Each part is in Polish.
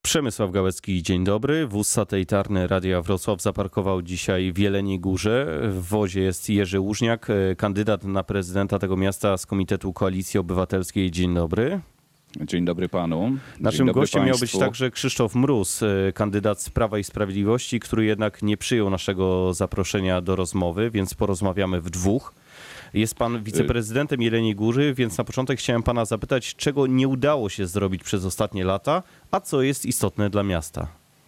Przemysław Gałecki, dzień dobry. Wóz satelitarny Radia Wrocław zaparkował dzisiaj w Jeleniej Górze. W wozie jest Jerzy Łużniak, kandydat na prezydenta tego miasta z Komitetu Koalicji Obywatelskiej. Dzień dobry. Dzień dobry panu. Naszym gościem miał być także Krzysztof Mróz, kandydat z Prawa i Sprawiedliwości, który jednak nie przyjął naszego zaproszenia do rozmowy, więc porozmawiamy w dwóch. Jest pan wiceprezydentem Jeleniej Góry, więc na początek chciałem pana zapytać, czego nie udało się zrobić przez ostatnie lata, a co jest istotne dla miasta?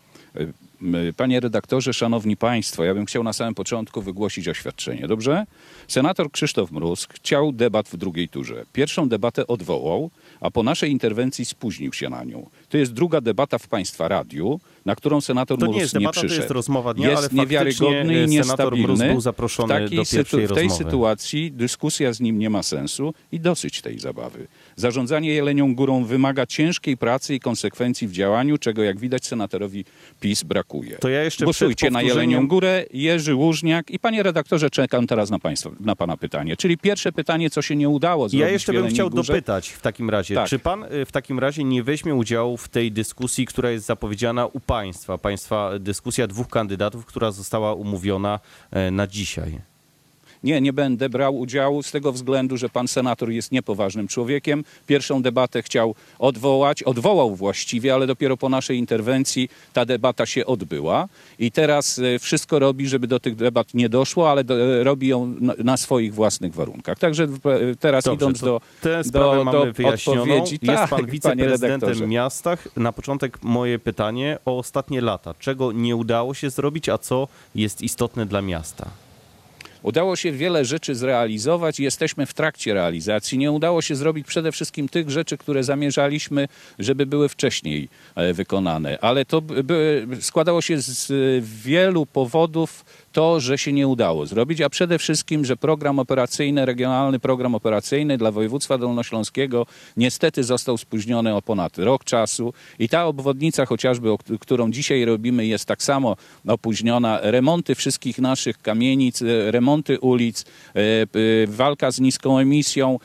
Panie redaktorze, szanowni państwo, ja bym chciał na samym początku wygłosić oświadczenie, dobrze? Senator Krzysztof Mróz chciał debat w drugiej turze. Pierwszą debatę odwołał, a po naszej interwencji spóźnił się na nią. To jest druga debata w państwa radiu, na którą senator Mróz nie przyszedł. To nie jest debata, to jest rozmowa dnia, jest ale niewiarygodny i senator Mróz był zaproszony do pierwszej rozmowy. W tej sytuacji dyskusja z nim nie ma sensu i dosyć tej zabawy. Zarządzanie Jelenią Górą wymaga ciężkiej pracy i konsekwencji w działaniu, czego jak widać senatorowi PiS brakuje. To ja jeszcze Głosujcie na Jelenią Górę, Jerzy Łużniak i panie redaktorze, czekam teraz na pana pytanie. Czyli pierwsze pytanie, co się nie udało zrobić. Ja jeszcze bym chciał dopytać w takim razie, tak. Czy pan w takim razie nie weźmie udziału w tej dyskusji, która jest zapowiedziana u państwa? Państwa dyskusja dwóch kandydatów, która została umówiona na dzisiaj. Nie będę brał udziału z tego względu, że pan senator jest niepoważnym człowiekiem. Pierwszą debatę chciał odwołał właściwie, ale dopiero po naszej interwencji ta debata się odbyła. I teraz wszystko robi, żeby do tych debat nie doszło, ale robi ją na swoich własnych warunkach. Także teraz dobrze, idąc do mamy wyjaśnioną. Odpowiedzi. Jest pan wiceprezydentem miasta. Na początek moje pytanie o ostatnie lata. Czego nie udało się zrobić, a co jest istotne dla miasta? Udało się wiele rzeczy zrealizować i jesteśmy w trakcie realizacji. Nie udało się zrobić przede wszystkim tych rzeczy, które zamierzaliśmy, żeby były wcześniej wykonane. Ale to składało się z wielu powodów to, że się nie udało zrobić, a przede wszystkim, że program operacyjny, regionalny program operacyjny dla województwa dolnośląskiego niestety został spóźniony o ponad rok czasu i ta obwodnica chociażby, którą dzisiaj robimy, jest tak samo opóźniona. Remonty wszystkich naszych kamienic, remonty ulic, walka z niską emisją,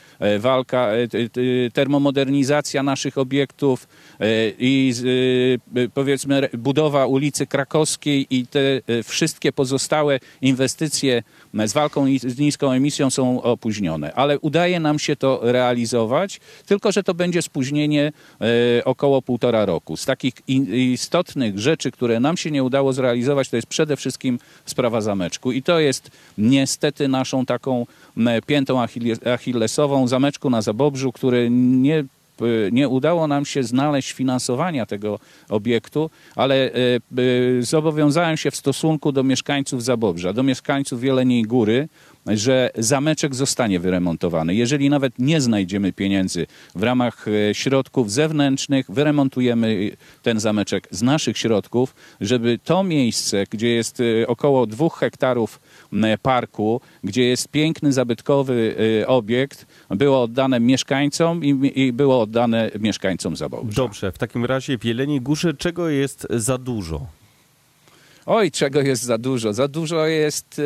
termomodernizacja naszych obiektów i powiedzmy budowa ulicy Krakowskiej i te wszystkie pozostałe inwestycje z walką z niską emisją są opóźnione. Ale udaje nam się to realizować, tylko że to będzie spóźnienie około 1,5 roku. Z takich istotnych rzeczy, które nam się nie udało zrealizować, to jest przede wszystkim sprawa zameczku. I to jest niestety naszą taką piętą achillesową, zameczku na Zabobrzu, który nie udało nam się znaleźć finansowania tego obiektu, ale zobowiązałem się w stosunku do mieszkańców Zabobrza, do mieszkańców Jeleniej Góry, że zameczek zostanie wyremontowany. Jeżeli nawet nie znajdziemy pieniędzy w ramach środków zewnętrznych, wyremontujemy ten zameczek z naszych środków, żeby to miejsce, gdzie jest około 2 hektarów parku, gdzie jest piękny, zabytkowy obiekt, było oddane mieszkańcom i było oddane mieszkańcom Zabobrza. Dobrze, w takim razie w Jeleniej Górze czego jest za dużo? Oj, czego jest za dużo? Za dużo jest...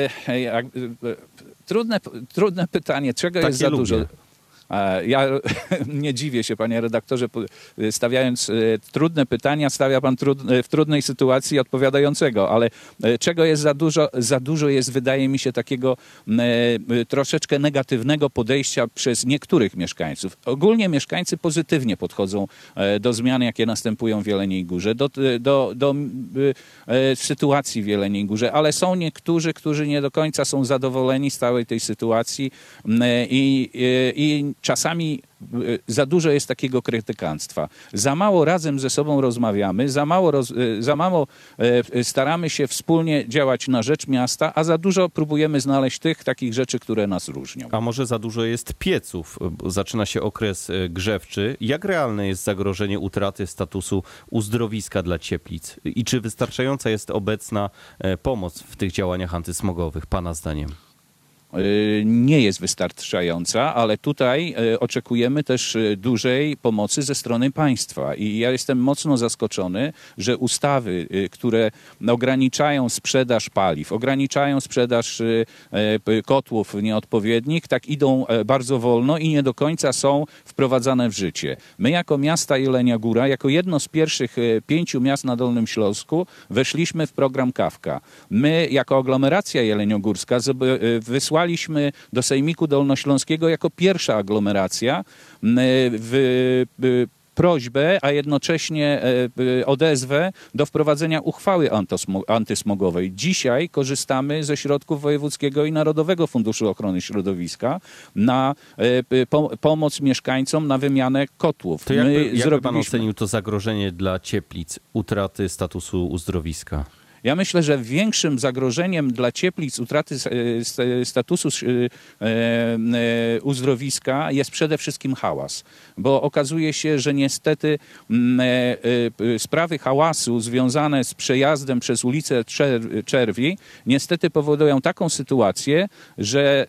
Trudne pytanie. Czego jest za dużo? Ja nie dziwię się, panie redaktorze, stawiając trudne pytania, stawia pan w trudnej sytuacji odpowiadającego, ale czego jest za dużo? Za dużo jest, wydaje mi się, takiego troszeczkę negatywnego podejścia przez niektórych mieszkańców. Ogólnie mieszkańcy pozytywnie podchodzą do zmian, jakie następują w Jeleniej Górze, do sytuacji w Jeleniej Górze, ale są niektórzy, którzy nie do końca są zadowoleni z całej tej sytuacji i czasami za dużo jest takiego krytykanstwa. Za mało razem ze sobą rozmawiamy, za mało staramy się wspólnie działać na rzecz miasta, a za dużo próbujemy znaleźć tych takich rzeczy, które nas różnią. A może za dużo jest pieców? Zaczyna się okres grzewczy. Jak realne jest zagrożenie utraty statusu uzdrowiska dla Cieplic? I czy wystarczająca jest obecna pomoc w tych działaniach antysmogowych, pana zdaniem? nie jest wystarczająca, ale tutaj oczekujemy też dużej pomocy ze strony państwa. I ja jestem mocno zaskoczony, że ustawy, które ograniczają sprzedaż paliw, ograniczają sprzedaż kotłów nieodpowiednich, tak idą bardzo wolno i nie do końca są wprowadzane w życie. My jako miasta Jelenia Góra, jako jedno z pierwszych 5 miast na Dolnym Śląsku weszliśmy w program Kawka. My jako aglomeracja jeleniogórska wysłaliśmy do Sejmiku Dolnośląskiego jako pierwsza aglomeracja prośbę, a jednocześnie odezwę do wprowadzenia uchwały antysmogowej. Dzisiaj korzystamy ze środków Wojewódzkiego i Narodowego Funduszu Ochrony Środowiska na pomoc mieszkańcom na wymianę kotłów. To jakby pan ocenił to zagrożenie dla Cieplic, utraty statusu uzdrowiska? Ja myślę, że większym zagrożeniem dla Cieplic utraty statusu uzdrowiska jest przede wszystkim hałas, bo okazuje się, że niestety sprawy hałasu związane z przejazdem przez ulicę Czerwi niestety powodują taką sytuację, że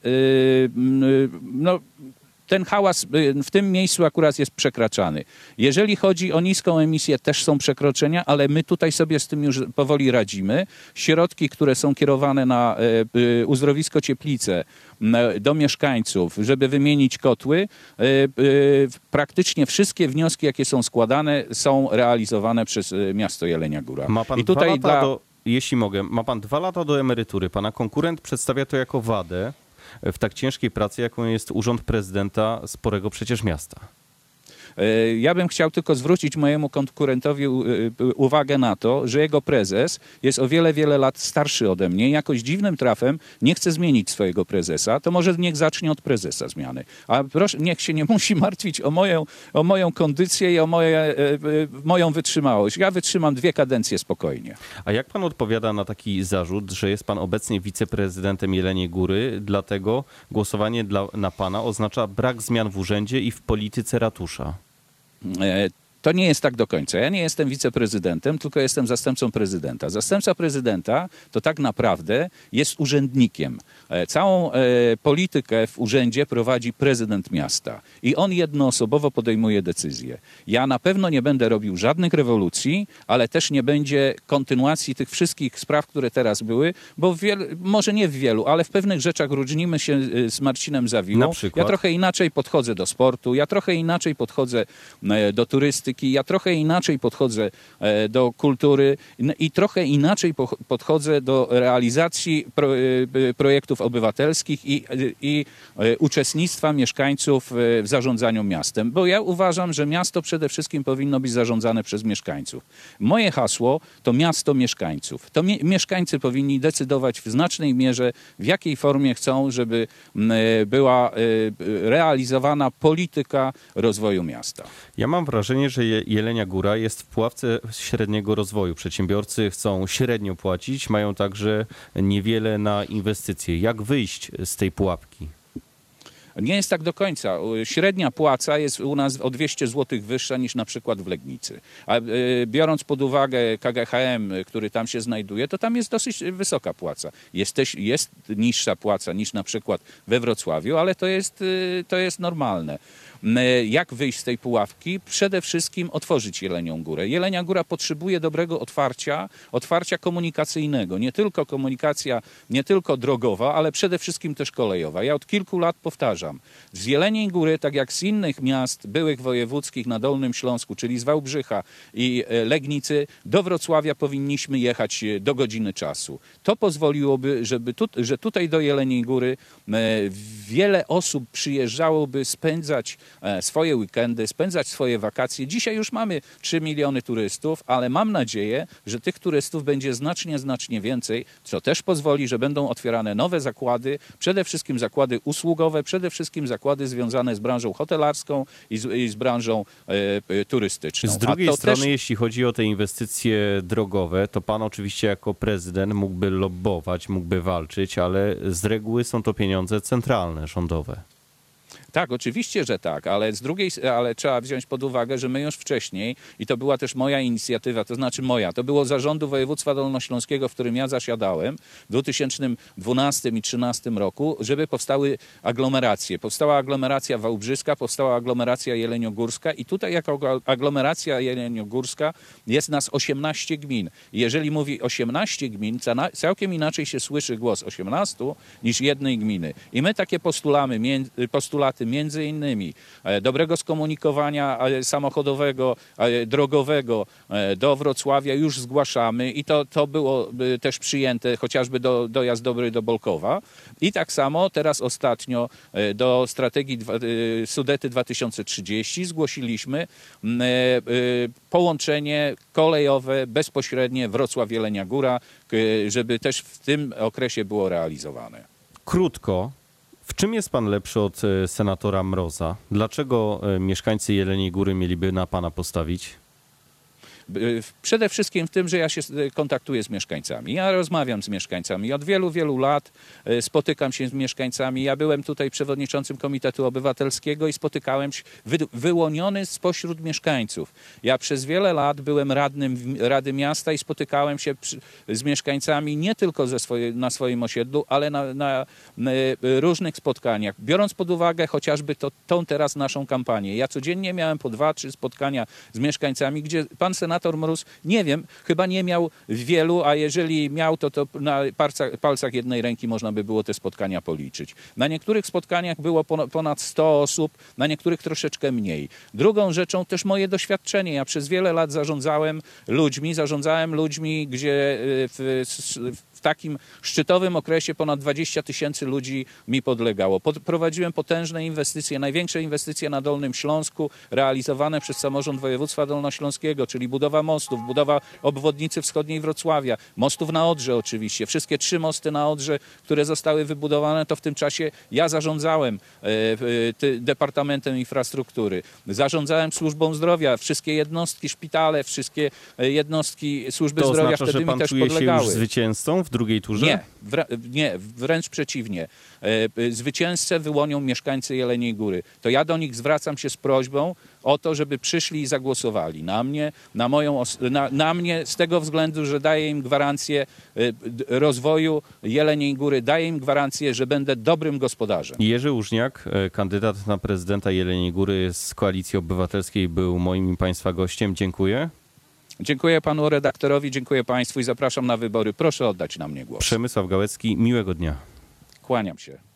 ten hałas w tym miejscu akurat jest przekraczany. Jeżeli chodzi o niską emisję, też są przekroczenia, ale my tutaj sobie z tym już powoli radzimy. Środki, które są kierowane na uzdrowisko Cieplice do mieszkańców, żeby wymienić kotły, praktycznie wszystkie wnioski, jakie są składane, są realizowane przez miasto Jelenia Góra. Ma pan jeśli mogę, ma pan 2 lata do emerytury. Pana konkurent przedstawia to jako wadę w tak ciężkiej pracy, jaką jest urząd prezydenta sporego przecież miasta. Ja bym chciał tylko zwrócić mojemu konkurentowi uwagę na to, że jego prezes jest o wiele, wiele lat starszy ode mnie i jakoś dziwnym trafem nie chce zmienić swojego prezesa, to może niech zacznie od prezesa zmiany. A proszę, niech się nie musi martwić o moją kondycję i o moją wytrzymałość. Ja wytrzymam 2 kadencje spokojnie. A jak pan odpowiada na taki zarzut, że jest pan obecnie wiceprezydentem Jeleniej Góry, dlatego głosowanie na pana oznacza brak zmian w urzędzie i w polityce ratusza? To nie jest tak do końca. Ja nie jestem wiceprezydentem, tylko jestem zastępcą prezydenta. Zastępca prezydenta to tak naprawdę jest urzędnikiem. Całą politykę w urzędzie prowadzi prezydent miasta i on jednoosobowo podejmuje decyzje. Ja na pewno nie będę robił żadnych rewolucji, ale też nie będzie kontynuacji tych wszystkich spraw, które teraz były, bo może nie w wielu, ale w pewnych rzeczach różnimy się z Marcinem Zawiłą. Na przykład? Ja trochę inaczej podchodzę do sportu, ja trochę inaczej podchodzę do turystyki, ja trochę inaczej podchodzę do kultury i trochę inaczej podchodzę do realizacji projektów obywatelskich i uczestnictwa mieszkańców w zarządzaniu miastem. Bo ja uważam, że miasto przede wszystkim powinno być zarządzane przez mieszkańców. Moje hasło to miasto mieszkańców. To mieszkańcy powinni decydować w znacznej mierze, w jakiej formie chcą, żeby była realizowana polityka rozwoju miasta. Ja mam wrażenie, że Jelenia Góra jest w pułapce średniego rozwoju. Przedsiębiorcy chcą średnio płacić, mają także niewiele na inwestycje. Jak wyjść z tej pułapki? Nie jest tak do końca. Średnia płaca jest u nas o 200 zł wyższa niż na przykład w Legnicy. A biorąc pod uwagę KGHM, który tam się znajduje, to tam jest dosyć wysoka płaca. Jest niższa płaca niż na przykład we Wrocławiu, ale to jest normalne. Jak wyjść z tej pułapki? Przede wszystkim otworzyć Jelenią Górę. Jelenia Góra potrzebuje dobrego otwarcia komunikacyjnego. Nie tylko drogowa, ale przede wszystkim też kolejowa. Ja od kilku lat powtarzam, z Jeleniej Góry, tak jak z innych miast byłych wojewódzkich na Dolnym Śląsku, czyli z Wałbrzycha i Legnicy, do Wrocławia powinniśmy jechać do godziny czasu. To pozwoliłoby, że tutaj do Jeleniej Góry wiele osób przyjeżdżałoby spędzać swoje weekendy, spędzać swoje wakacje. Dzisiaj już mamy 3 miliony turystów, ale mam nadzieję, że tych turystów będzie znacznie więcej, co też pozwoli, że będą otwierane nowe zakłady, przede wszystkim zakłady usługowe, przede wszystkim zakłady związane z branżą hotelarską i z branżą turystyczną. Z drugiej strony, jeśli chodzi o te inwestycje drogowe, to pan oczywiście jako prezydent mógłby lobbować, mógłby walczyć, ale z reguły są to pieniądze centralne, rządowe. Tak, oczywiście, że tak, ale ale trzeba wziąć pod uwagę, że my już wcześniej, i to była też moja inicjatywa, to znaczy to było zarządu województwa dolnośląskiego, w którym ja zasiadałem w 2012 i 2013 roku, żeby powstały aglomeracje. Powstała aglomeracja wałbrzyska, powstała aglomeracja jeleniogórska i tutaj jako aglomeracja jeleniogórska jest nas 18 gmin. Jeżeli mówi 18 gmin, całkiem inaczej się słyszy głos 18 niż jednej gminy. I my takie postulaty między innymi dobrego skomunikowania samochodowego, drogowego do Wrocławia już zgłaszamy i to było też przyjęte, chociażby dojazd dobry do Bolkowa. I tak samo teraz ostatnio do strategii Sudety 2030 zgłosiliśmy połączenie kolejowe bezpośrednie Wrocław-Jelenia Góra, żeby też w tym okresie było realizowane. Krótko, w czym jest pan lepszy od senatora Mroza? Dlaczego mieszkańcy Jeleniej Góry mieliby na pana postawić? Przede wszystkim w tym, że ja się kontaktuję z mieszkańcami. Ja rozmawiam z mieszkańcami. Od wielu, wielu lat spotykam się z mieszkańcami. Ja byłem tutaj przewodniczącym Komitetu Obywatelskiego i spotykałem się wyłoniony spośród mieszkańców. Ja przez wiele lat byłem radnym Rady Miasta i spotykałem się z mieszkańcami nie tylko na swoim osiedlu, ale na różnych spotkaniach. Biorąc pod uwagę chociażby tą teraz naszą kampanię. Ja codziennie miałem po 2-3 spotkania z mieszkańcami, gdzie pan senator Mróz, nie wiem, chyba nie miał wielu, a jeżeli miał, to na palcach jednej ręki można by było te spotkania policzyć. Na niektórych spotkaniach było ponad 100 osób, na niektórych troszeczkę mniej. Drugą rzeczą też moje doświadczenie. Ja przez wiele lat zarządzałem ludźmi, gdzie w takim szczytowym okresie ponad 20 000 ludzi mi podlegało. Prowadziłem potężne inwestycje, największe inwestycje na Dolnym Śląsku, realizowane przez samorząd województwa dolnośląskiego, czyli budowa mostów, budowa obwodnicy wschodniej Wrocławia, mostów na Odrze oczywiście. Wszystkie 3 mosty na Odrze, które zostały wybudowane, to w tym czasie ja zarządzałem Departamentem Infrastruktury. Zarządzałem służbą zdrowia, wszystkie jednostki, szpitale, wszystkie jednostki służby zdrowia wtedy mi też podlegały. To oznacza, że pan czuje się już zwycięzcą w drugiej turze? Nie, wręcz przeciwnie. Zwycięzcę wyłonią mieszkańcy Jeleniej Góry. To ja do nich zwracam się z prośbą o to, żeby przyszli i zagłosowali na mnie z tego względu, że daję im gwarancję rozwoju Jeleniej Góry, daję im gwarancję, że będę dobrym gospodarzem. Jerzy Użniak, kandydat na prezydenta Jeleniej Góry z Koalicji Obywatelskiej, był moim i państwa gościem. Dziękuję. Dziękuję panu redaktorowi, dziękuję państwu i zapraszam na wybory. Proszę oddać na mnie głos. Przemysław Gałecki, miłego dnia. Kłaniam się.